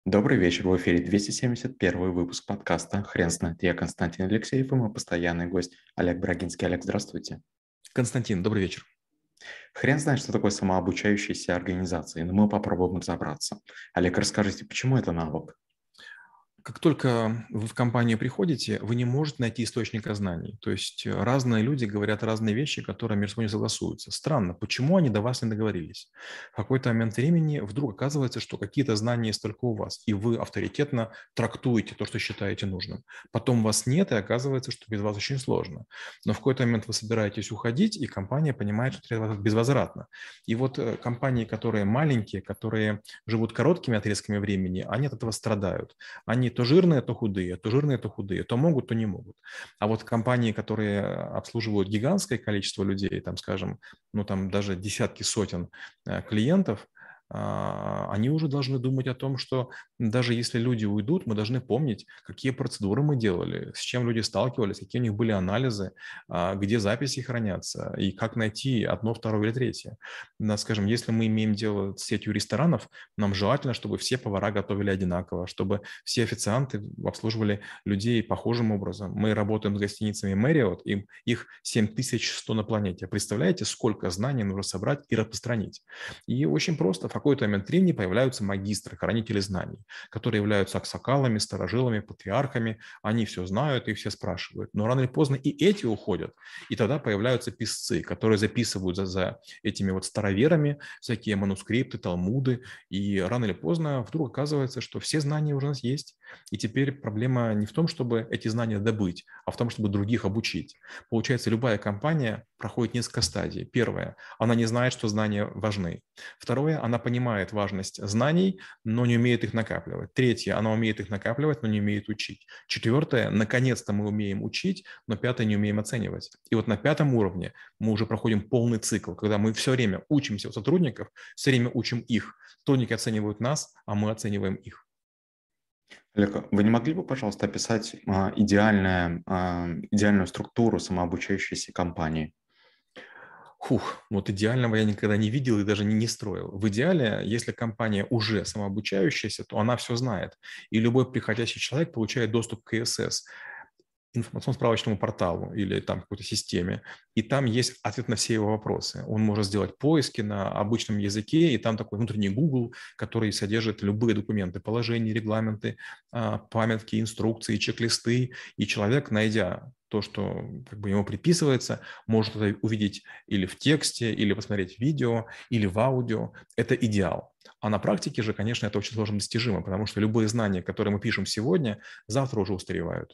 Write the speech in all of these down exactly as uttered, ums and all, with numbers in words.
Добрый вечер, в эфире двести семьдесят первый выпуск подкаста «Хрен знает». Я Константин Алексеев и мой постоянный гость Олег Брагинский. Олег, здравствуйте. Константин, добрый вечер. Хрен знает, что такое самообучающиеся организации, но мы попробуем разобраться. Олег, расскажите, почему это навык? Как только вы в компанию приходите, вы не можете найти источника знаний. То есть э, разные люди говорят разные вещи, которые между собой не согласуются. Странно, почему они до вас не договорились? В какой-то момент времени вдруг оказывается, что какие-то знания есть только у вас, и вы авторитетно трактуете то, что считаете нужным. Потом вас нет, и оказывается, что без вас очень сложно. Но в какой-то момент вы собираетесь уходить, и компания понимает, что это безвозвратно. И вот э, компании, которые маленькие, которые живут короткими отрезками времени, они от этого страдают. Они то жирные, то худые, то жирные, то худые, то могут, то не могут. А вот компании, которые обслуживают гигантское количество людей, там, скажем, ну там даже десятки сотен э, клиентов, а, они уже должны думать о том, что даже если люди уйдут, мы должны помнить, какие процедуры мы делали, с чем люди сталкивались, какие у них были анализы, а, где записи хранятся и как найти одно, второе или третье. Да, скажем, если мы имеем дело с сетью ресторанов, нам желательно, чтобы все повара готовили одинаково, чтобы все официанты обслуживали людей похожим образом. Мы работаем с гостиницами Marriott, им их семь тысяч сто на планете. Представляете, сколько знаний нужно собрать и распространить? И очень просто. В какой-то момент времени появляются магистры, хранители знаний, которые являются аксакалами, старожилами, патриархами. Они все знают и все спрашивают. Но рано или поздно и эти уходят. И тогда появляются писцы, которые записывают за, за этими вот староверами всякие манускрипты, талмуды. И рано или поздно вдруг оказывается, что все знания уже у нас есть. И теперь проблема не в том, чтобы эти знания добыть, а в том, чтобы других обучить. Получается, любая компания проходит несколько стадий. Первое, она не знает, что знания важны. Второе, она понимает важность знаний, но не умеет их накапливать. Третье, она умеет их накапливать, но не умеет учить. Четвертое, наконец-то мы умеем учить, но пятое, не умеем оценивать. И вот на пятом уровне мы уже проходим полный цикл, когда мы все время учимся у сотрудников, все время учим их. Сотрудники оценивают нас, а мы оцениваем их. Олег, вы не могли бы, пожалуйста, описать а, идеальное, а, идеальную структуру самообучающейся компании? Хух, вот идеального я никогда не видел и даже не, не строил. В идеале, если компания уже самообучающаяся, то она все знает. И любой приходящий человек получает доступ к ИСС, информационно-справочному порталу или там какой-то системе, и там есть ответ на все его вопросы. Он может сделать поиски на обычном языке, и там такой внутренний Google, который содержит любые документы, положения, регламенты, а, памятки, инструкции, чек-листы, и человек, найдя то, что как бы ему приписывается, может это увидеть или в тексте, или посмотреть видео, или в аудио. Это идеал. А на практике же, конечно, это очень сложно достижимо, потому что любые знания, которые мы пишем сегодня, завтра уже устаревают.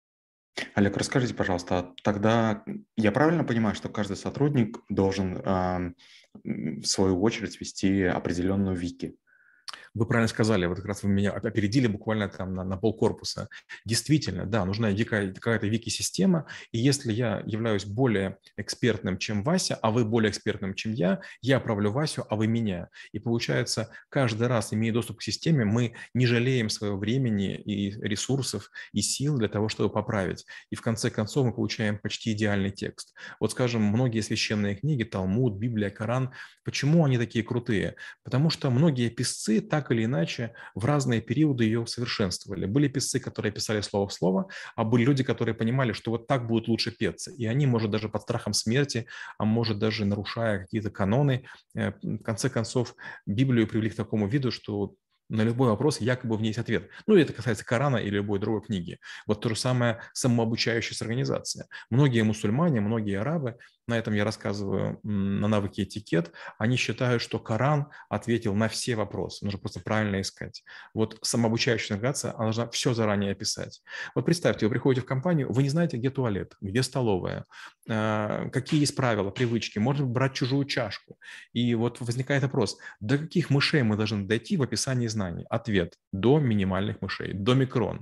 Олег, расскажите, пожалуйста, а тогда я правильно понимаю, что каждый сотрудник должен ам, м, в свою очередь вести определенную вики? Вы правильно сказали, вот как раз вы меня опередили буквально там на, на полкорпуса. Действительно, да, нужна дикая, какая-то вики-система, и если я являюсь более экспертным, чем Вася, а вы более экспертным, чем я, я отправлю Васю, а вы меня. И получается, каждый раз, имея доступ к системе, мы не жалеем своего времени и ресурсов, и сил для того, чтобы поправить. И в конце концов мы получаем почти идеальный текст. Вот, скажем, многие священные книги, Талмуд, Библия, Коран, почему они такие крутые? Потому что многие писцы так или иначе в разные периоды ее совершенствовали. Были писцы, которые писали слово в слово, а были люди, которые понимали, что вот так будет лучше петься. И они, может, даже под страхом смерти, а может, даже нарушая какие-то каноны, э, в конце концов, Библию привели к такому виду, что на любой вопрос якобы в ней есть ответ. Ну, и это касается Корана или любой другой книги. Вот то же самое самообучающаяся организация. Многие мусульмане, многие арабы, на этом я рассказываю на навыке этикет, они считают, что Коран ответил на все вопросы. Нужно просто правильно искать. Вот самообучающаяся организация, она должна все заранее описать. Вот представьте, вы приходите в компанию, вы не знаете, где туалет, где столовая, э, какие есть правила, привычки, можно брать чужую чашку. И вот возникает вопрос, до каких мышей мы должны дойти в описании знаний? Ответ – до минимальных мышей, до микрон.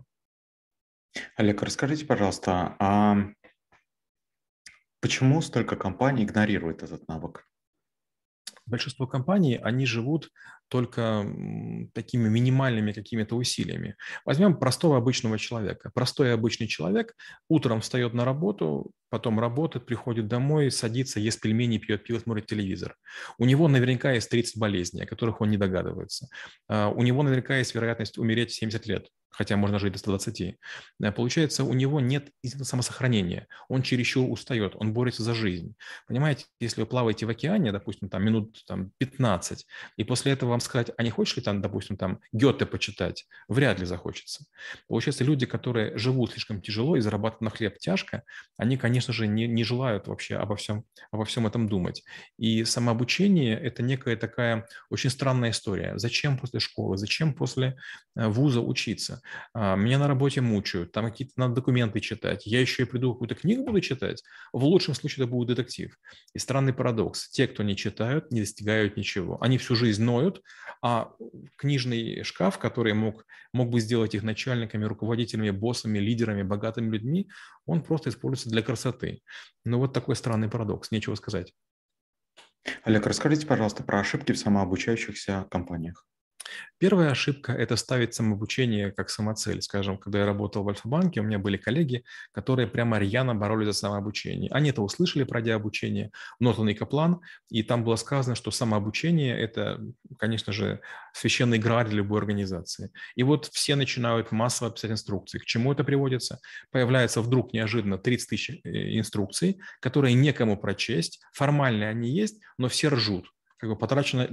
Олег, расскажите, пожалуйста, а почему столько компаний игнорирует этот навык? Большинство компаний, они живут только такими минимальными какими-то усилиями. Возьмем простого обычного человека. Простой обычный человек утром встает на работу, потом работает, приходит домой, садится, ест пельмени, пьет пиво, смотрит телевизор. У него наверняка есть тридцать болезней, о которых он не догадывается. У него наверняка есть вероятность умереть в семьдесят лет, хотя можно жить до ста двадцати. Получается, у него нет самосохранения. Он чересчур устает, он борется за жизнь. Понимаете, если вы плаваете в океане, допустим, там минут там, пятнадцать, и после этого вам сказать, а не хочешь ли там, допустим, там Гёте почитать, вряд ли захочется. Получается, люди, которые живут слишком тяжело и зарабатывают на хлеб тяжко, они, конечно же, не, не желают вообще обо всем, обо всем этом думать. И самообучение – это некая такая очень странная история. Зачем после школы, зачем после вуза учиться? Меня на работе мучают, там какие-то надо документы читать, я еще и приду какую-то книгу буду читать, в лучшем случае это будет детектив. И странный парадокс. Те, кто не читают, не достигают ничего. Они всю жизнь ноют, а книжный шкаф, который мог, мог бы сделать их начальниками, руководителями, боссами, лидерами, богатыми людьми, он просто используется для красоты. Ну вот такой странный парадокс, нечего сказать. Олег, расскажите, пожалуйста, про ошибки в самообучающихся компаниях. Первая ошибка – это ставить самообучение как самоцель. Скажем, когда я работал в Альфа-банке, у меня были коллеги, которые прямо рьяно боролись за самообучение. Они это услышали, пройдя обучение, Нортон и Каплан, и там было сказано, что самообучение – это, конечно же, священный грааль для любой организации. И вот все начинают массово писать инструкции. К чему это приводится? Появляется вдруг неожиданно тридцать тысяч инструкций, которые некому прочесть. Формально они есть, но все ржут. Как бы потрачено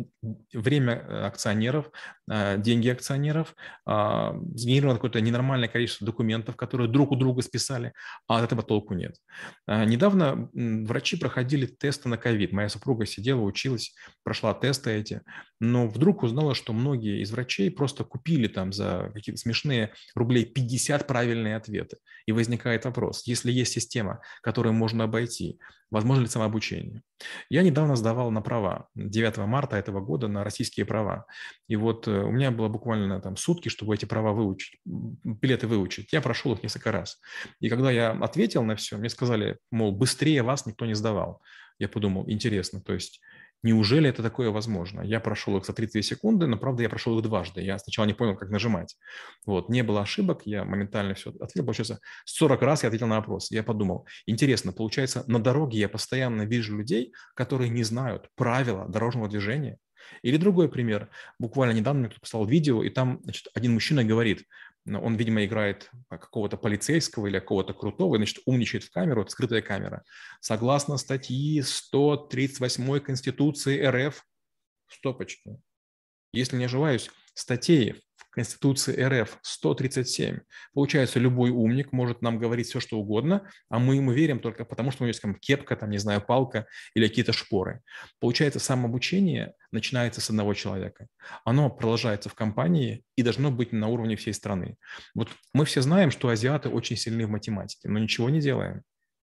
время акционеров, деньги акционеров, сгенерировано какое-то ненормальное количество документов, которые друг у друга списали, а от этого толку нет. Недавно врачи проходили тесты на ковид. Моя супруга сидела, училась, прошла тесты эти, но вдруг узнала, что многие из врачей просто купили там за какие-то смешные рублей пятьдесят правильные ответы. И возникает вопрос, если есть система, которую можно обойти, возможно ли самообучение? Я недавно сдавал на права, девятого марта этого года на российские права. И вот у меня было буквально там сутки, чтобы эти права выучить, билеты выучить. Я прошел их несколько раз. И когда я ответил на все, мне сказали, мол, быстрее вас никто не сдавал. Я подумал, интересно, то есть неужели это такое возможно? Я прошел их за тридцать две секунды, но, правда, я прошел их дважды. Я сначала не понял, как нажимать. Вот, не было ошибок, я моментально все ответил. Получается, сорок раз я ответил на вопрос. Я подумал, интересно, получается, на дороге я постоянно вижу людей, которые не знают правила дорожного движения. Или другой пример. Буквально недавно мне кто-то послал видео, и там, значит, один мужчина говорит, он, видимо, играет какого-то полицейского или какого-то крутого, и, значит, умничает в камеру, это скрытая камера. Согласно статьи сто тридцать восьмой Конституции РФ, стопочки, если не ошибаюсь, статей в Конституции РФ сто тридцать семь. Получается, любой умник может нам говорить все, что угодно, а мы ему верим только потому, что у него есть там кепка, там, не знаю, палка или какие-то шпоры. Получается, самообучение начинается с одного человека. Оно продолжается в компании и должно быть на уровне всей страны. Вот мы все знаем, что азиаты очень сильны в математике, но ничего не делаем.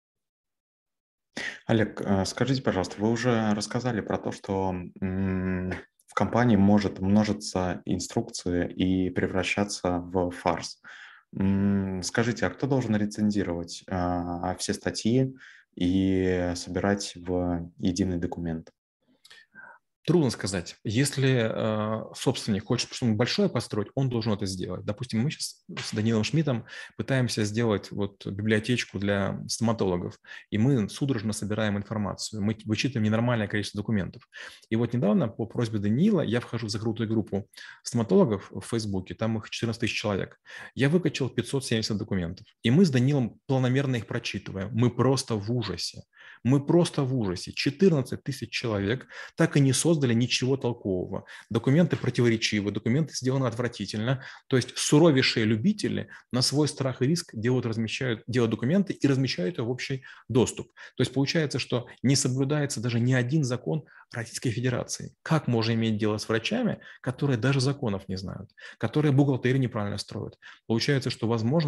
Олег, скажите, пожалуйста, вы уже рассказали про то, что в компании может множиться инструкции и превращаться в фарс. Скажите, а кто должен рецензировать а, все статьи и собирать в единый документ? Трудно сказать. Если э, собственник хочет что-нибудь большое построить, он должен это сделать. Допустим, мы сейчас с Данилом Шмидтом пытаемся сделать вот библиотечку для стоматологов, и мы судорожно собираем информацию. Мы вычитываем ненормальное количество документов. И вот недавно по просьбе Даниила я вхожу в закрытую группу стоматологов в Фейсбуке, там их четырнадцать тысяч человек. Я выкачал пятьсот семьдесят документов, и мы с Данилом планомерно их прочитываем. Мы просто в ужасе. Мы просто в ужасе. четырнадцать тысяч человек так и не создали ничего толкового. Документы противоречивы, документы сделаны отвратительно. То есть суровейшие любители на свой страх и риск делают, размещают, делают документы и размещают их в общий доступ. То есть получается, что не соблюдается даже ни один закон Российской Федерации. Как можно иметь дело с врачами, которые даже законов не знают, которые бухгалтерию неправильно строят? Получается, что, возможно,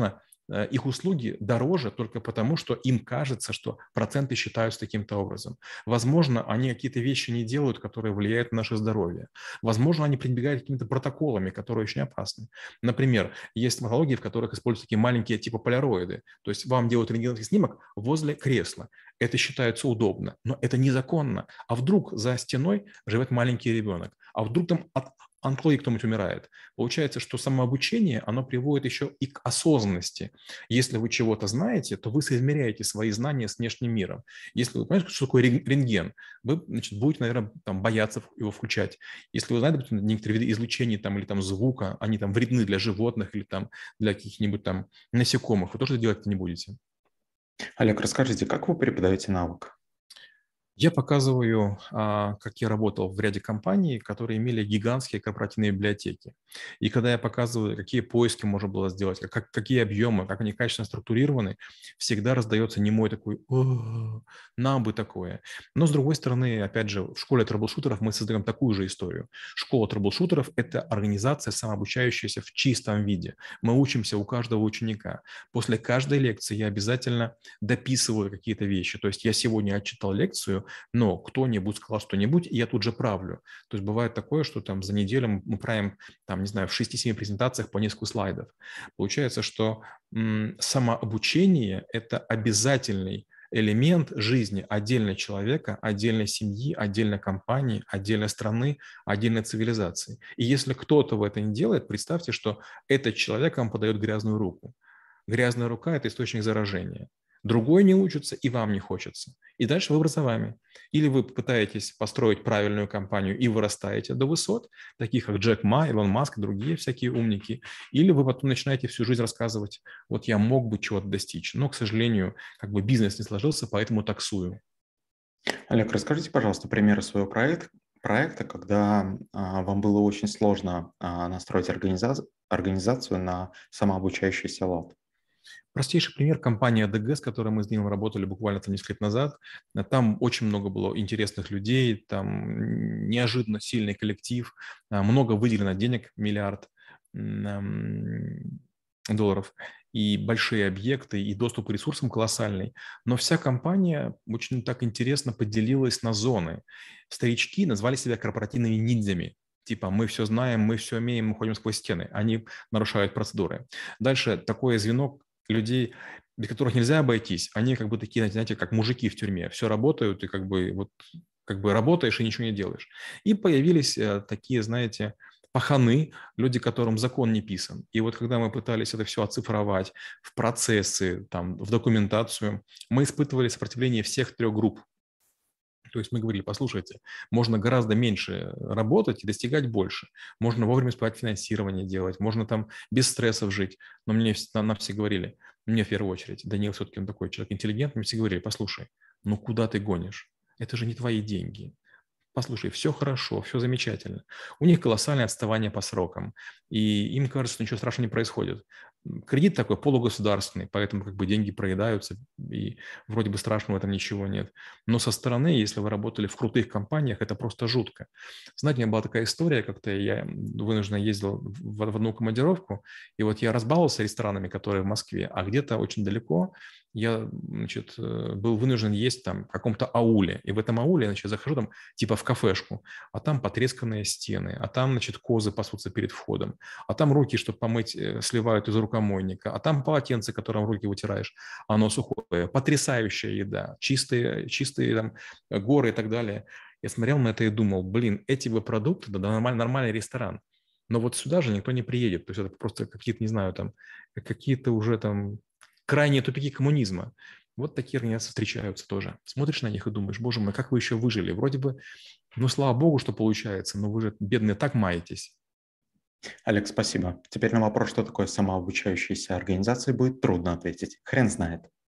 э, их услуги дороже только потому, что им кажется, что проценты считаются таким-то образом. Возможно, они какие-то вещи не делают, которые влияют на наше здоровье. Возможно, они пренебрегают какими-то протоколами, которые очень опасны. Например, есть стоматологии, в которых используются такие маленькие типа полароиды. То есть вам делают рентгеновский снимок возле кресла. Это считается удобно, но это незаконно. А вдруг за стеной живет маленький ребенок? А вдруг там от онкологии кто-нибудь умирает? Получается, что самообучение, оно приводит еще и к осознанности. Если вы чего-то знаете, то вы соизмеряете свои знания с внешним миром. Если вы понимаете, что такое рентген, вы, значит, будете, наверное, там, бояться его включать. Если вы знаете, допустим, некоторые виды излучений там, или там, звука, они там вредны для животных или там, для каких-нибудь там насекомых, вы тоже делать не будете. Олег, расскажите, как вы преподаете навык? Я показываю, а, как я работал в ряде компаний, которые имели гигантские корпоративные библиотеки. И когда я показываю, какие поиски можно было сделать, как, какие объемы, как они качественно структурированы, всегда раздается немой такой: «О, нам бы такое». Но, с другой стороны, опять же, в школе трэблшутеров мы создаем такую же историю. Школа трэблшутеров – это организация, самообучающаяся в чистом виде. Мы учимся у каждого ученика. После каждой лекции я обязательно дописываю какие-то вещи. То есть я сегодня отчитал лекцию, но кто-нибудь сказал что-нибудь, и я тут же правлю. То есть бывает такое, что там за неделю мы правим, там, не знаю, в шести-семи презентациях по несколько слайдов. Получается, что м, самообучение – это обязательный элемент жизни отдельного человека, отдельной семьи, отдельной компании, отдельной страны, отдельной цивилизации. И если кто-то в это не делает, представьте, что этот человек вам подает грязную руку. Грязная рука – это источник заражения. Другой не учится, и вам не хочется. И дальше выбор за вами. Или вы пытаетесь построить правильную компанию и вырастаете до высот, таких как Джек Ма, Илон Маск и другие всякие умники. Или вы потом начинаете всю жизнь рассказывать: вот я мог бы чего-то достичь, но, к сожалению, как бы бизнес не сложился, поэтому таксую. Олег, расскажите, пожалуйста, примеры своего проекта, проекта, когда а, вам было очень сложно а, настроить организа- организацию на самообучающийся лад. Простейший пример – компания эй ди джи, с которой мы с ним работали буквально там несколько лет назад. Там очень много было интересных людей, там неожиданно сильный коллектив, а, много выделено денег, миллиард м, долларов, и большие объекты, и доступ к ресурсам колоссальный. Но вся компания очень так интересно поделилась на зоны. Старички назвали себя корпоративными ниндзями. Типа мы все знаем, мы все умеем, мы ходим сквозь стены. Они нарушают процедуры. Дальше такое звено людей, без которых нельзя обойтись, они как бы такие, знаете, как мужики в тюрьме. Все работают, и как бы вот как бы работаешь и ничего не делаешь. И появились э, такие, знаете, паханы, люди, которым закон не писан. И вот когда мы пытались это все оцифровать в процессы, там, в документацию, мы испытывали сопротивление всех трех групп. То есть мы говорили: послушайте, можно гораздо меньше работать и достигать больше. Можно вовремя успевать финансирование делать, можно там без стрессов жить. Но мне нам все говорили, мне в первую очередь, Даниил все-таки он такой человек интеллигентный, мне все говорили: послушай, ну куда ты гонишь? Это же не твои деньги. Послушай, все хорошо, все замечательно. У них колоссальное отставание по срокам, и им кажется, что ничего страшного не происходит. Кредит такой полугосударственный, поэтому как бы деньги проедаются, и вроде бы страшного в этом ничего нет. Но со стороны, если вы работали в крутых компаниях, это просто жутко. Знаете, у меня была такая история, как-то я вынужденно ездил в, в одну командировку, и вот я разбаловался ресторанами, которые в Москве, а где-то очень далеко я, значит, был вынужден есть там в каком-то ауле. И в этом ауле, значит, захожу там типа в кафешку, а там потресканные стены, а там, значит, козы пасутся перед входом, а там руки, чтобы помыть, сливают из рукомойника, а там полотенце, которым руки вытираешь, оно сухое. Потрясающая еда, чистые, чистые там горы и так далее. Я смотрел на это и думал: блин, эти бы продукты, да, нормальный, нормальный ресторан. Но вот сюда же никто не приедет. То есть это просто какие-то, не знаю, там, какие-то уже там крайние тупики коммунизма. Вот такие организации встречаются тоже. Смотришь на них и думаешь: боже мой, как вы еще выжили? Вроде бы, ну, слава богу, что получается, но вы же, бедные, так маетесь. Олег, спасибо. Теперь на вопрос, что такое самообучающаяся организация, будет трудно ответить. Хрен знает.